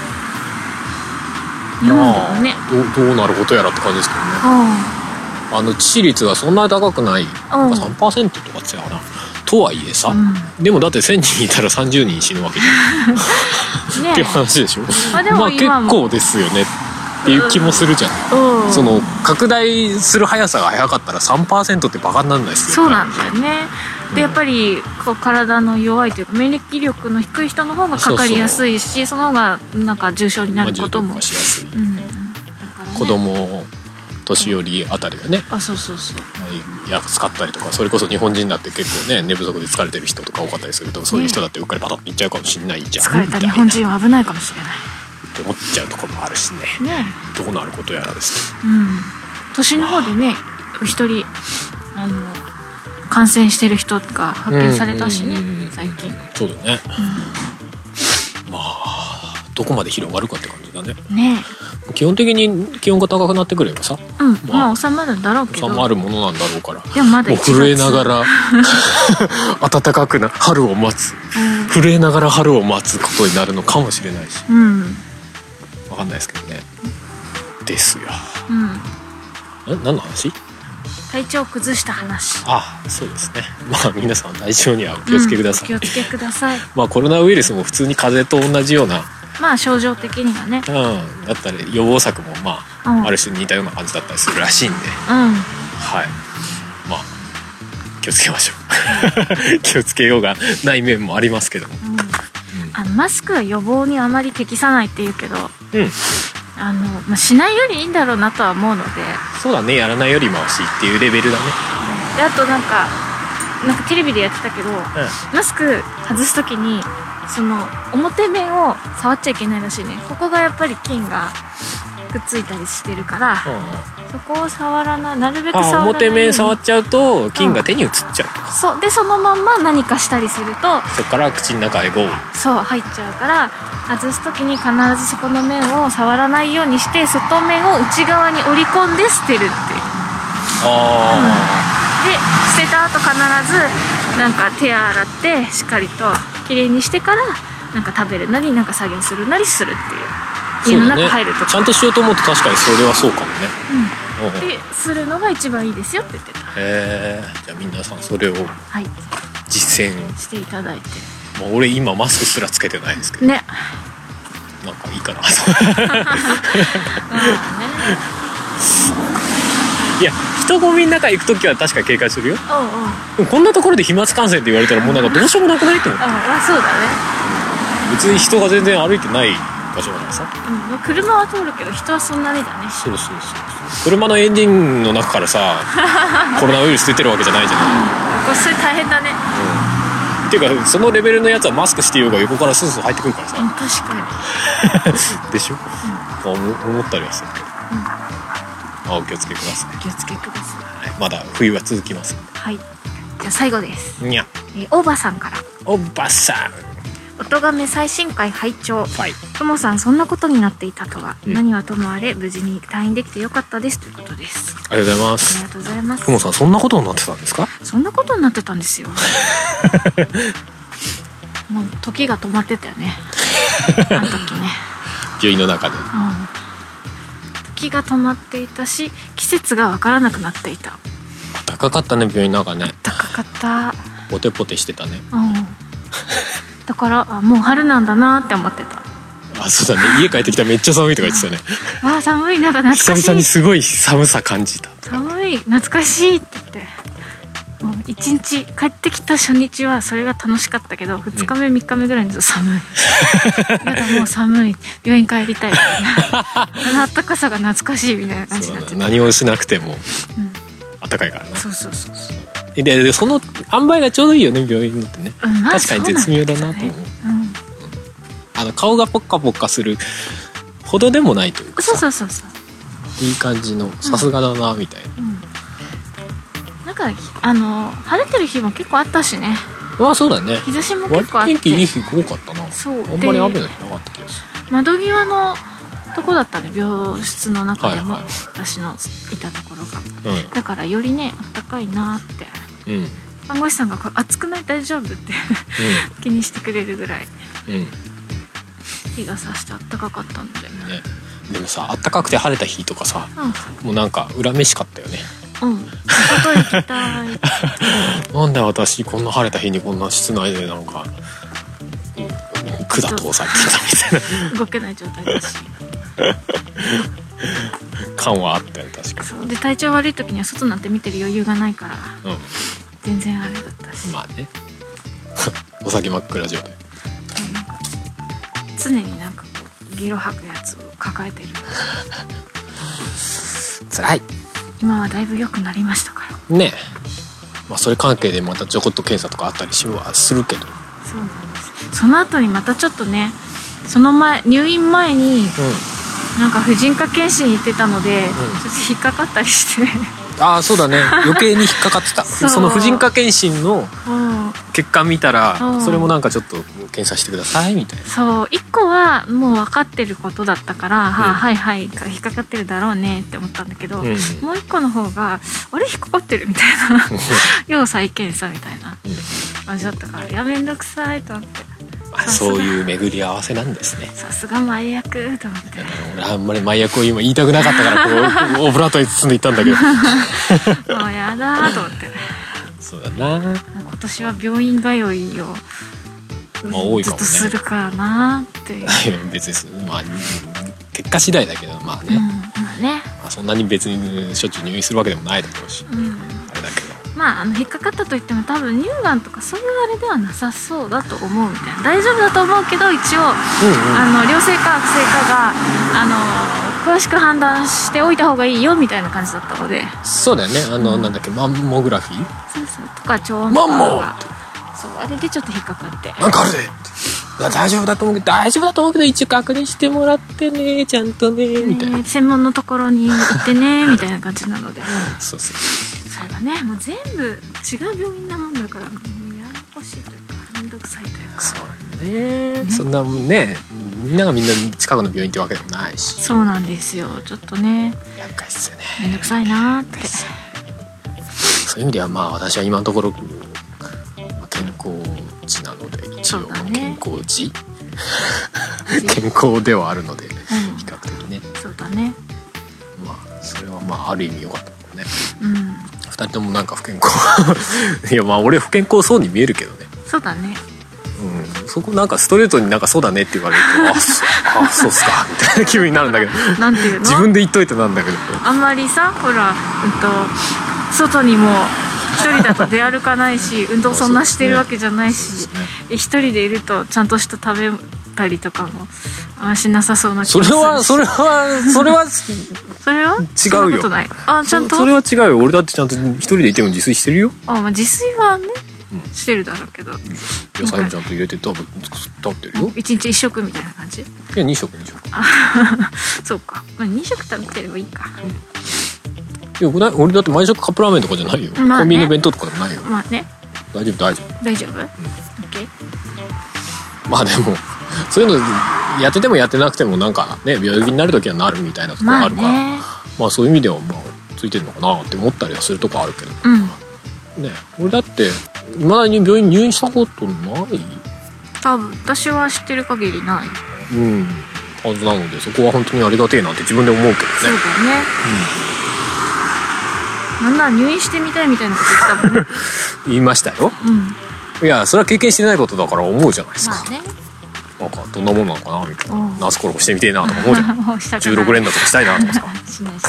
日本でもね、 まあ、ど, どうなることやらって感じですけどね。あの致死率がそんなに高くない、なんか さんパーセント とかって言ったかなとはいえさ、うん、でもだってせんにんいたらさんじゅうにん死ぬわけじゃんねっていう話でしょ。あでもまあ結構ですよねっていう気もするじゃん、うん、その拡大する速さが速かったら さんパーセント ってバカにならないですよ。 そうなんだよね、うん、でやっぱりこう体の弱いというか免疫力の低い人の方がかかりやすいし、そうそうその方がなんか重症になることも、まあ、しやすい、うん、だからね、子供年寄りあたりがね、 あそうそうそう安かったりとか、それこそ日本人だって結構ね寝不足で疲れてる人とか多かったりすると、そういう人だってうっかりパタッといっちゃうかもしれないじゃん、 疲れた日本人は危ないかもしれないって思っちゃうところもあるしね、ねどうなることやらですけど、うん、都心の方でね一人あの感染してる人が発見されたしね、最近。 そうだね、うん、まあどこまで広がるかって感じだね。 ね基本的に気温が高くなってくればさ、 うん、まあ、まあ、収まるんだろうけど、 収まるものなんだろうから。 でもまだいちがつ、 もう震えながら暖かくな春を待つ、うん、震えながら春を待つことになるのかもしれないし、うん、分かんないですけどね。ですよ。うん。え、何の話？ 体調を崩した話。 あ、そうですね。まあ皆さん体調にはお気をつけください。 うん、お気をつけください。 まあコロナウイルスも普通に風邪と同じような、 まあ症状的にはね、 うん、だったり予防策もまあ、うん、ある種似たような感じだったりするらしいんで、うん、はい、まあ気をつけましょう。気をつけようがない面もありますけども、うんうん、 あのマスクは予防にあまり適さないっていうけど、うん、あのまあ、しないよりいいんだろうなとは思うので。 そうだね、やらないよりマシっていうレベルだね。 であとなんかなんかテレビでやってたけど、うん、マスク外す時にその表面を触っちゃいけないらしいね。ここがやっぱり菌がくっついたりしてるから、うん、そこを触らない、なるべく触らない。あ、 表面触っちゃうと菌が手に移っちゃう、 うん、そうでそのまんま何かしたりするとそこから口の中へゴー、 そう入っちゃうから、外す時に必ずそこの面を触らないようにして外面を内側に折り込んで捨てるっていう。あ、うん、で捨てた後必ずなんか手洗ってしっかりときれいにしてからなんか食べるなりなんか作業するなりするっていう。家の中入ると、 ね、ちゃんとしようと思うと確かにそれはそうかもね、 うん、でするのが一番いいですよって言ってた。へえ、じゃあ皆さんそれを実践、 はい、していただいて。 まあ、俺今マスクすらつけてないですけどね、 なんかいいかなと。いや、人混みの中行くときは確かに警戒するよ。おうおう、こんなところで飛沫感染って言われたらもうなんかどうしようもなくないって思って。 ああ、そうだね。 別に人が全然歩いてない場所だからさ、 うん、車は通るけど人はそんなにだね。 そうそうそう、車のエンジンの中からさコロナウイルス出てるわけじゃないじゃない。 これそれ大変だね、 うん、っていうかそのレベルのやつはマスクしてようが横からスースー入ってくるからさ、 うん、確かにでしょ、うん、思ったりはするけど、うん、あ、お気をつけください。 お気をつけください、 はい、まだ冬は続きます。 はい、じゃあ最後です。 にゃ、 えー、おばさんから。 おばさん、 おとがめ最新回拝聴。 はい。 ともさんそんなことになっていたとは、うん、何はともあれ無事に退院できてよかったですということです。 ありがとうございます。 ありがとうございます。 ともさんそんなことになってたんですか？ そんなことになってたんですよ。もう時が止まってたよね。あの時ね。 病院の中で。うん。 時が止まっていたし、季節がわからなくなっていた。 高かったね、病院の中ね。 高かった。 ポテポテしてたね。うん。 だからあもう春なんだなって思ってた。 あ、そうだね、家帰ってきたらめっちゃ寒いとか言ってたね。 ああ、寒い、なんか懐かしい。 久々にすごい寒さ感じた。 寒い、懐かしいって言って、もう一日帰ってきた初日はそれが楽しかったけど、ふつかめ、うん、みっかめぐらいに寒い。やだ、もう寒い、病院帰りたい。あの暖かさが懐かしいみたいな感じになってた。 何をしなくても、うん、暖かいからな。 そうそうそうそう。 ででその塩梅がちょうどいいよね、病院ってね、うん、まあ、確かに絶妙だなと思う、うん、あの顔がポッカポッカするほどでもないというかさ、 そうそうそうそう、 いい感じのさすがだなみたいな、うんうん、 なんかあの晴れてる日も結構あったしね。 ああ、そうだね、 日差しも結構あって天気いい日多かったな。 そう、 あんまり雨の日なかった気がする。 窓際のとこだったね、病室の中でも、はいはい、私のいたところが、うん、だからよりねあったかいなって、うん、看護師さんが暑くない大丈夫って、うん、気にしてくれるぐらい、うん、日がさしてあったかかったんで、ね、 でもさ、あったかくて晴れた日とかさ、うん、もうなんか恨めしかったよね。 うん、外行きたい。 なんで私こんな晴れた日にこんな室内でなんか管通されてたみたいな。 動けない状態だし。 感はあったよ、確かに。 そうで、体調悪い時には外なんて見てる余裕がないから、うん、全然あれだったし。 まあね。お酒真っ暗状態。 なんか常になんかこうゲロ吐くやつを抱えてる。 辛い。 今はだいぶ良くなりましたからね。え、まあ、それ関係でまたちょこっと検査とかあったりしはするけど、 そうなんです。その後にまたちょっとね、その前入院前に、うん、なんか婦人科検診行ってたので、うん、ちょっと引っかかったりして。 ああ、そうだね、余計に引っかかってた。 そ, その婦人科検診の血管見たらそれもなんかちょっと検査してくださいみたいな。 そういっこはもう分かってることだったから、うん、はあ、はいはい引っかかってるだろうねって思ったんだけど、うん、もういっこの方があれ引っかかってるみたいな要再検査みたいな感じだったから、いやめんどくさいと思って。 そういう巡り合わせなんですね。 さすが麻薬と思って。 俺あんまり麻薬を今言いたくなかったからこうオブラートに包んでいったんだけどもうやだと思ってそうだな、 今年は病院通いをまあ多いかもね、ずっとするからなっていう別にまあ結果次第だけどまあね、うん、まあね、まあ、そんなに別にしょっちゅう入院するわけでもないだろうし、うん、あれだけどまあ、あの引っかかったといっても多分乳がんとかそういうあれではなさそうだと思うみたいな、大丈夫だと思うけど一応、うんうん、あの良性か悪性かがあの詳しく判断しておいた方がいいよみたいな感じだったので。 そうだよね、あの、うん、なんだっけマンモグラフィーそうそうとか超音波とかそうあれでちょっと引っかかってなんかあるで大丈夫だと思うけど大丈夫だと思うけど一応確認してもらってねちゃんとねみたいな、 専門のところに行ってねみたいな感じなのでそうそうそれがねもう全部違う病院なもんだからもうややこしいというかめんどくさいというか。 そうね、ね、そんなねみんながみんな近くの病院ってわけでもないし。 そうなんですよちょっとね厄介っすよね、 めんどくさいなって。 そういう意味ではまあ私は今のところ健康地なので一応健康地、健康ではあるので、うん、比較的ね。 そうだね。 まあそれはまあある意味良かったもんね。 うん。 二人ともなんか不健康いやまあ俺不健康そうに見えるけどね。 そうだね。 うん、そこなんかストレートになんかそうだねって言われるとあそあそうっすかみたいな気分になるんだけどなんていうの自分で言っといてなんだけどあんまりさほら、うんと、外にも一人だと出歩かないし運動そんなしてるわけじゃないし、ね、一人でいるとちゃんとした食べたりとかもあんしなさそうな気がするし。 それはそれはそれはそれは違うよ。 あちゃんとそ, それは違うよ。俺だってちゃんと一人でいても自炊してるよ。 あ、まあ、自炊はね、うん、してるだろうけど、うん、 野菜もちゃんと入れて食べ食べてるよ。 一日一食みたいな感じ。いや二食二食。 あそうか、まあ、二食食べてればいいか、うんいや俺だって毎食カップラーメンとかじゃないよ、まあね、コンビニの弁当とかでもないよ。 まあね大丈夫大丈夫大丈夫、うん、オッケー。まあでもそういうのやっててもやってなくてもなんかね病気になるときはなるみたいなところがあるから、まあ、ね、まあそういう意味ではまあついてるのかなって思ったりはするとこあるけど、うん、ね俺だっていまだに病院入院したことない多分私は知ってる限りないうんはずなのでそこは本当にありがてえなって自分で思うけどね。 そうだね、うんなんなら入院してみたいみたいなこと言ったもんね言いましたよ、うん、いやそれは経験してないことだから思うじゃないですか、 まあね、 なんかどんなもんなのかなみたいな、ナースコロコしてみてえなとか思うじゃんじゅうろく連打とかしたいなとかさしないし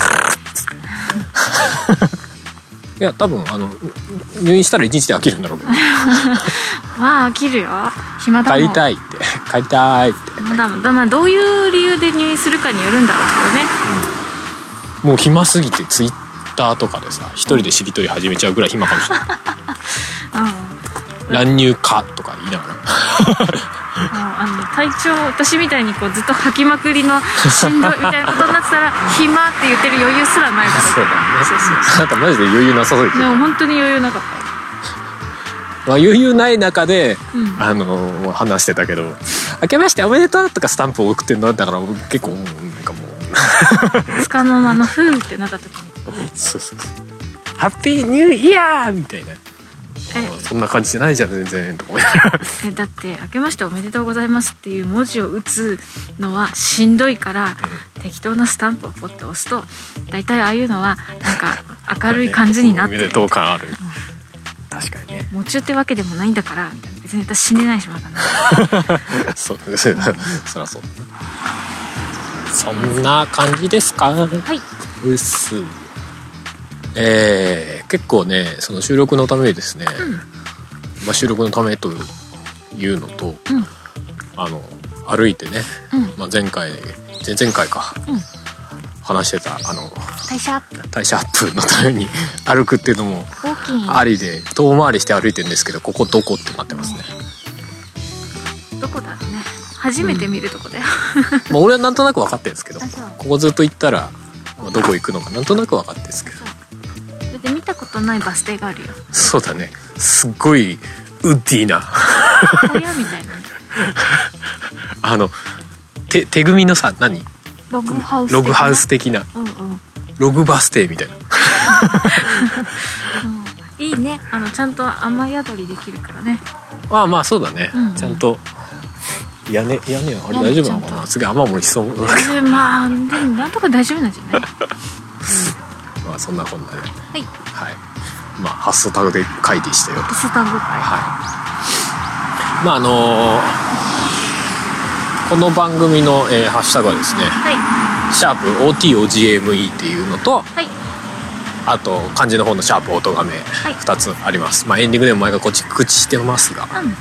いや多分あの入院したらいちにちで飽きるんだろうけどまあ飽きるよ暇だもん帰りたいって帰りたいってまだまだどういう理由で入院するかによるんだろうけどね、 うん、もう暇すぎてツイッターとかでさ一人でしりとり始めちゃうぐらい暇かもしれない、うん、乱入かとか言いながらあの体調私みたいにこうずっと吐きまくりのしんどいみたいなことになってたら暇って言ってる余裕すらないだろう。 そうだね。そうそうなんかマジで余裕なさそうですよ。でも本当に余裕なかった。 まあ、余裕ない中で、うん、あの話してたけど「明けましておめでとう」とかスタンプを送ってるのだから結構なんかもうつかの間のふーってなった時にそうそうハッピーニューイヤーみたいなそんな感じじゃないじゃん全然とか思いながらえだって「明けましておめでとうございます」っていう文字を打つのはしんどいから、うん、適当なスタンプをポッて押すと大体ああいうのはなんか明るい感じになって、 ね、おめでとう感ある、うん、確かにね夢中ってわけでもないんだから別に私死ねないしまだなそうそりゃそうそんな感じですか。はいうっすえー、結構ねその収録のためにですね、うんまあ、収録のためというのと、うん、あの歩いてね、うんまあ、前回前々回か、うん、話してたあの代謝アップ代謝アップのために歩くっていうのもありで遠回りして歩いてるんですけどここどこってなってますね。 どこだろうね初めて見るとこだよ、 うん、まあ俺はなんとなく分かってるんですけどここずっと行ったら、まあ、どこ行くのかなんとなく分かってるんですけどで見たことないバス停があるよ。 そうだねすっごいウッディーな小屋みたいなあの手手組みのさ、何ログハウスログハウス的な、 うんうん、 ログバス停みたいな、 うん、いいね。あのちゃんと雨宿りできるからね。 まあまあそうだね、うんうん、ちゃんと屋根屋根はあれ大丈夫なのかな。すげえ雨もりそうだけどまあでもなんとか大丈夫なんじゃない、うん、 まあそんなこんなで、はい、はい、まあハッシュタグで書いてしたよ。 ハッシュタグ、はい、 まああのー、この番組の、えー、ハッシュタグはですね、はい、シャープ オーティーオージーエムイー っていうのと、はい、あと漢字の方のシャープ音がめふたつあります、はい、まあエンディングでも前がこっち口してますが、うん、はい、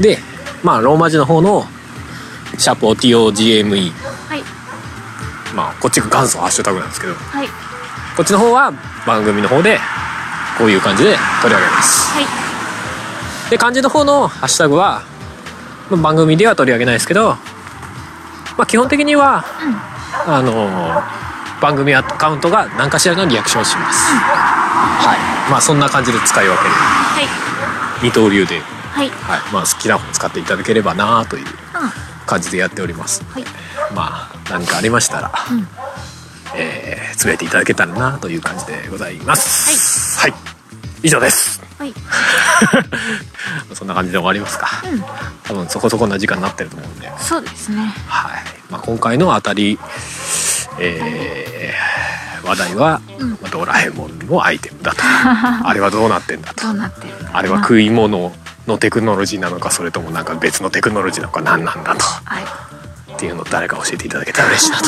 でまあローマ字の方のシャープ オーティーオージーエムイー、はい、まあこっちが元祖ハッシュタグなんですけど、はい、こっちの方は番組の方でこういう感じで取り上げます、はい、で漢字の方のハッシュタグは番組では取り上げないですけど、まあ、基本的には、うん、あの番組アカウントが何かしらのリアクションをします、うん、はい、まあそんな感じで使い分ける、はい、二刀流で、はいはい、まあ、好きな方使っていただければなという感じでやっております、はい、まあ何かありましたら、うん、えー、つぶやいていただけたらなという感じでございます、はい、はい、以上です、はい、そんな感じで終わりますか、うん、多分そこそこな時間になってると思うんで。 そうですね、 はい、まあ、今回の当たり、えー、話題は、うん、ドラえもんのアイテムだとあれはどうなってんだと、どうなってる、あれは食い物のテクノロジーなのか、それともなんか別のテクノロジーなのか何なんだと、はい、っていうのを誰か教えていただけたら嬉しいなと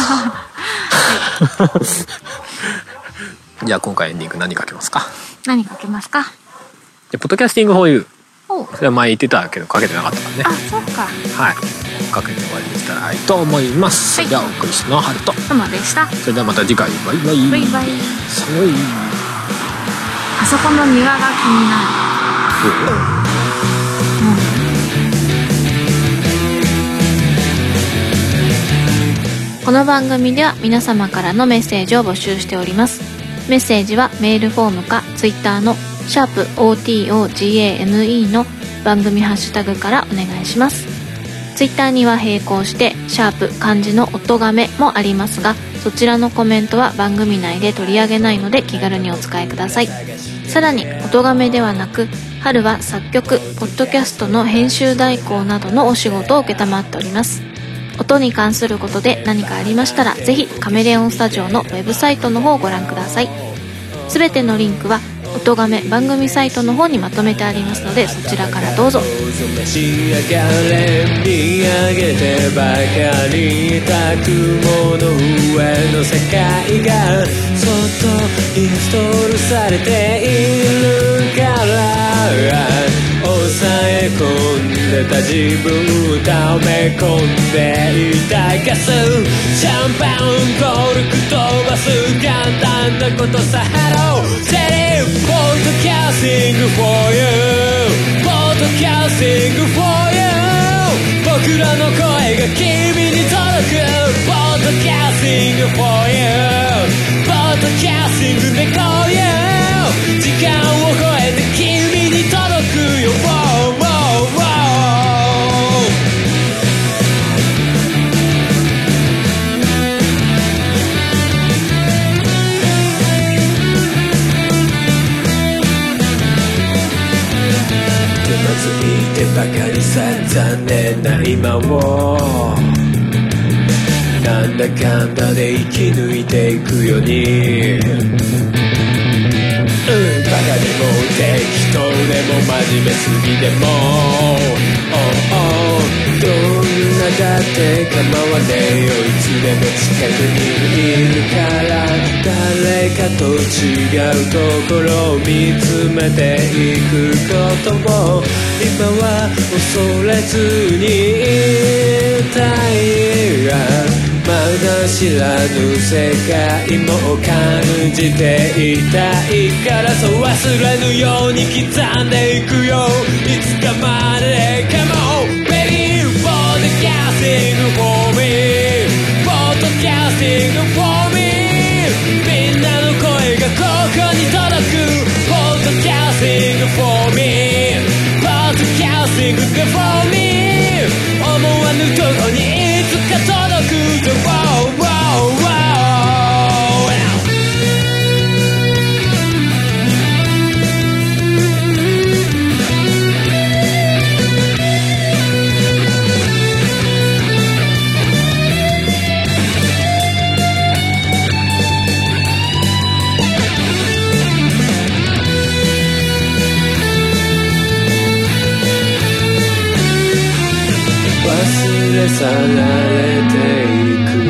じゃあ今回エンディング何かけますか。 何かけますか。 でポッドキャスティング フォーユー、それは前言ってたけどかけてなかったからね。 あ、そうか。 はい、かけて終わりにしたらいいと思います、はい、じゃあお送りしたのはハルトトマでした。 それではまた次回、バイバイバイバイ。 寒い。 あそこの庭が気になる。うん、この番組では皆様からのメッセージを募集しております。メッセージはメールフォームかツイッターのシャープ オーティーオージーエーエムイー の番組ハッシュタグからお願いします。ツイッターには並行してシャープ漢字の音がめもありますが、そちらのコメントは番組内で取り上げないので気軽にお使いください。さらに音がめではなく、春は作曲、ポッドキャストの編集代行などのお仕事を承っております。音に関することで何かありましたら、ぜひカメレオンスタジオのウェブサイトの方をご覧ください。すべてのリンクは音がめ番組サイトの方にまとめてありますので、そちらからどうぞ。召し上がれ、見上げてばかりたくもの上の世界がそっとインストールされているから、抑え込んでた自分を溜め込んでいたガス、シャンパンコルク飛ばす簡単なことさ。ハローテレビポッドキャスティング for you ポッドキャスティング for you 僕らの声が君に届くポッドキャスティング for you ポッドキャスティングでこういう時間を超えて君に届くよ。ばかりさ残念な今をなんだかんだで生き抜いていくように、うん、バカでも適当でも真面目すぎでも、oh, oh, どんなだって構わねえよ、いつでも近くにいるから、誰かと違うところを見つめていくことも今は恐れずにいたいが、まだ知らぬ世界も感じていたいから、そう忘れぬように刻んでいくよ、いつかまでかも Baby Podcasting for me Podcasting for me みんなの声がここに届く Podcasting for me Sing it for me 思わぬとこにいつか届くと Wow wow wow忘れ去られていく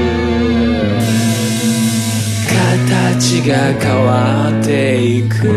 形が変わっていく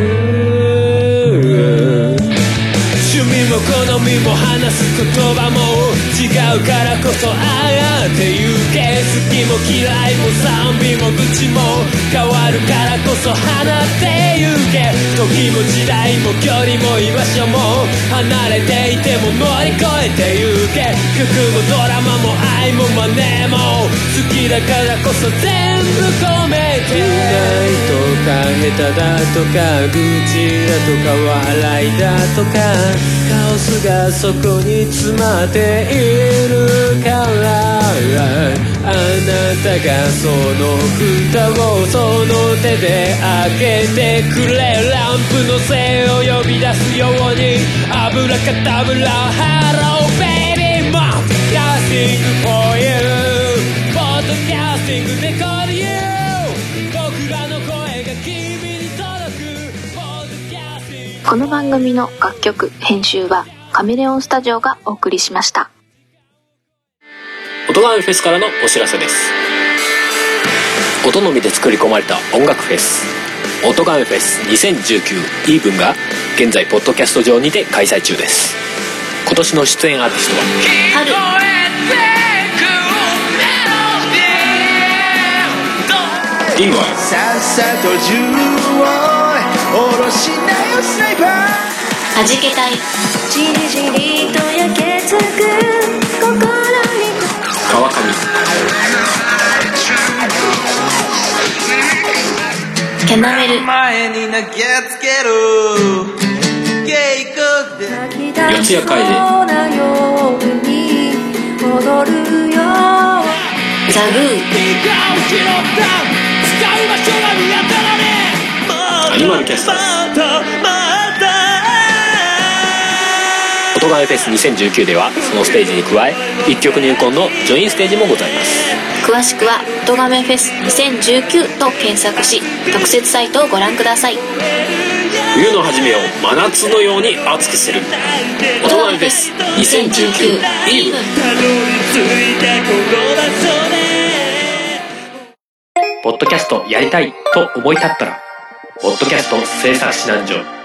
趣味も好みも話す言葉も違うからこそああって言うけ好きも嫌いも賛美も愚痴も変わるからこそ放ってゆけ時も時代も距離も居場所も離れていても乗り越えてゆけ曲もドラマも愛もマネも好きだからこそ全部込めてうまいとか下手だとか愚痴だとか笑いだとかカオスがそこに詰まっているからあなたがその蓋をその手で開けてくれランプの精を呼び出すようにアブラカタブラハローベイビーモッドキャスティング for you ポッドキャスティングで call you 僕らの声が君に届くポッドキャスティングこの番組の楽曲編集はカメレオンスタジオがお送りしました。 音ガメフェスからのお知らせです。音のみで作り込まれた音楽フェス音ガメフェスにせんじゅうきゅうイーブンが現在ポッドキャスト上にて開催中です。今年の出演アーティストは春リンゴさっさと銃を下ろしなよスナイパーはじけたいじりじりと焼けつく心に川上キャナメル前に投げつける警告で四谷怪人ザグーアニマルキャスターズ音ガメフェスにせんじゅうきゅうではそのステージに加え一曲入魂のジョインステージもございます。 詳しくは音ガメフェスにせんじゅうきゅうと検索し特設サイトをご覧ください。 冬の初めを真夏のように熱くする音ガメフェスにせんじゅうきゅうイーブンポッドキャストやりたいと思い立ったらポッドキャスト制作指南所